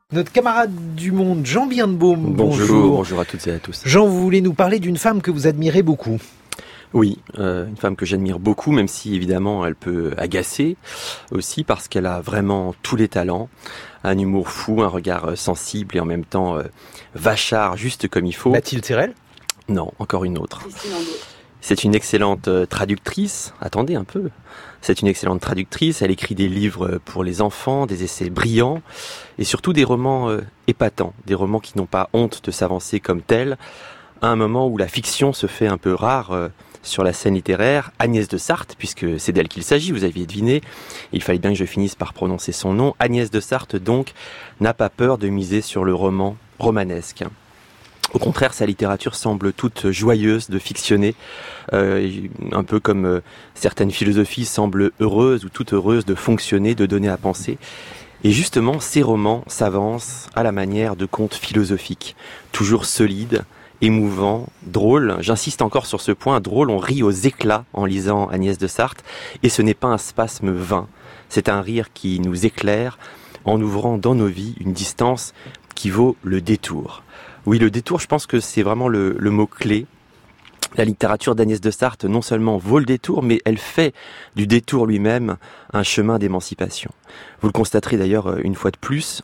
Notre camarade du monde, Jean Birnbaum, bonjour à toutes et à tous. Jean, vous voulez nous parler d'une femme que vous admirez beaucoup. Oui, une femme que j'admire beaucoup, même si évidemment elle peut agacer aussi parce qu'elle a vraiment tous les talents, un humour fou, un regard sensible et en même temps vachard, juste comme il faut. Mathilde Serrel ? Non, encore une autre. C'est une excellente traductrice. Attendez un peu. C'est une excellente traductrice. Elle écrit des livres pour les enfants, des essais brillants et surtout des romans épatants, des romans qui n'ont pas honte de s'avancer comme tels. À un moment où la fiction se fait un peu rare sur la scène littéraire, Agnès de Sarthe, puisque c'est d'elle qu'il s'agit, vous aviez deviné, il fallait bien que je finisse par prononcer son nom. Agnès de Sarthe, donc, n'a pas peur de miser sur le roman romanesque. Au contraire, sa littérature semble toute joyeuse de fictionner, un peu comme certaines philosophies semblent heureuses ou toutes heureuses de fonctionner, de donner à penser. Et justement, ces romans s'avancent à la manière de contes philosophiques, toujours solides, émouvants, drôles. J'insiste encore sur ce point, drôle, on rit aux éclats en lisant Agnès de Sarthe, et ce n'est pas un spasme vain, c'est un rire qui nous éclaire en ouvrant dans nos vies une distance qui vaut le détour. Oui, le détour, je pense que c'est vraiment le mot-clé. La littérature d'Agnès de Sarthe non seulement vaut le détour, mais elle fait du détour lui-même un chemin d'émancipation. Vous le constaterez d'ailleurs une fois de plus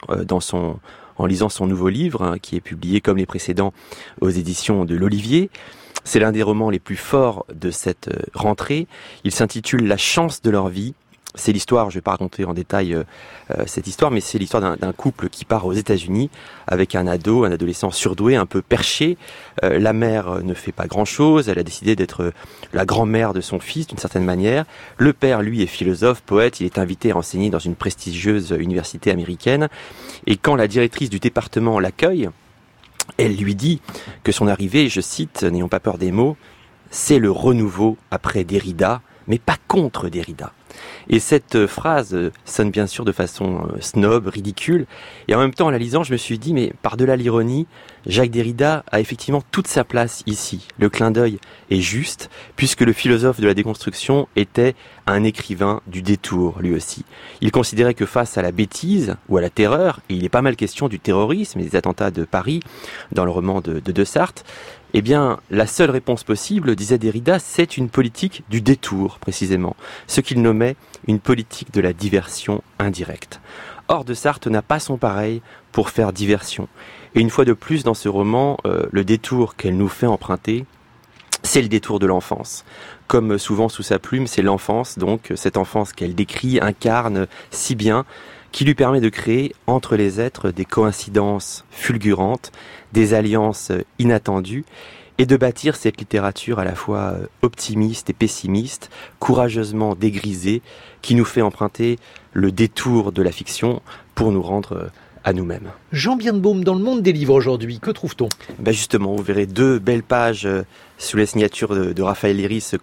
en lisant son nouveau livre, qui est publié comme les précédents aux éditions de l'Olivier. C'est l'un des romans les plus forts de cette rentrée. Il s'intitule « La chance de leur vie ». C'est l'histoire, je ne vais pas raconter en détail cette histoire, mais c'est l'histoire d'un couple qui part aux États-Unis avec un adolescent surdoué, un peu perché. La mère ne fait pas grand-chose, elle a décidé d'être la grand-mère de son fils d'une certaine manière. Le père, lui, est philosophe, poète, il est invité à enseigner dans une prestigieuse université américaine. Et quand la directrice du département l'accueille, elle lui dit que son arrivée, je cite, n'ayons pas peur des mots, c'est le renouveau après Derrida, mais pas contre Derrida. Et cette phrase sonne bien sûr de façon snob, ridicule, et en même temps en la lisant je me suis dit mais par-delà l'ironie, Jacques Derrida a effectivement toute sa place ici. Le clin d'œil est juste, puisque le philosophe de la déconstruction était un écrivain du détour lui aussi. Il considérait que face à la bêtise ou à la terreur, et il est pas mal question du terrorisme et des attentats de Paris dans le roman de Sarthe, eh bien, la seule réponse possible, disait Derrida, c'est une politique du détour, précisément. Ce qu'il nommait une politique de la diversion indirecte. Or, de Sarthe n'a pas son pareil pour faire diversion. Et une fois de plus, dans ce roman, le détour qu'elle nous fait emprunter, c'est le détour de l'enfance. Comme souvent sous sa plume, c'est l'enfance, donc cette enfance qu'elle décrit, incarne si bien, qui lui permet de créer entre les êtres des coïncidences fulgurantes, des alliances inattendues, et de bâtir cette littérature à la fois optimiste et pessimiste, courageusement dégrisée, qui nous fait emprunter le détour de la fiction pour nous rendre à nous-mêmes. Jean Birnbaum, dans le monde des livres aujourd'hui, que trouve-t-on ? Justement, vous verrez 2 belles pages sous la signature de Raphaël Léris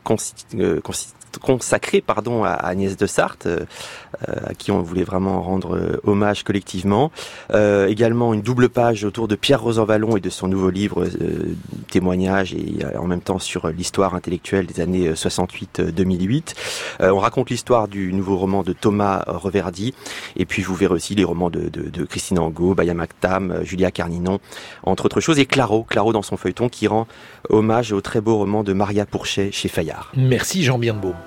consacré à Agnès de Sarthe, à qui on voulait vraiment rendre hommage collectivement. Également une double page autour de Pierre Rosanvallon et de son nouveau livre témoignage et en même temps sur l'histoire intellectuelle des années 68-2008. On raconte l'histoire du nouveau roman de Thomas Reverdy et puis vous verrez aussi les romans de Christine Angot, Baya Mactam, Julia Carninon, entre autres choses, et Claro dans son feuilleton qui rend hommage au très beau roman de Maria Pourchet chez Fayard. Merci Jean Birnbaum.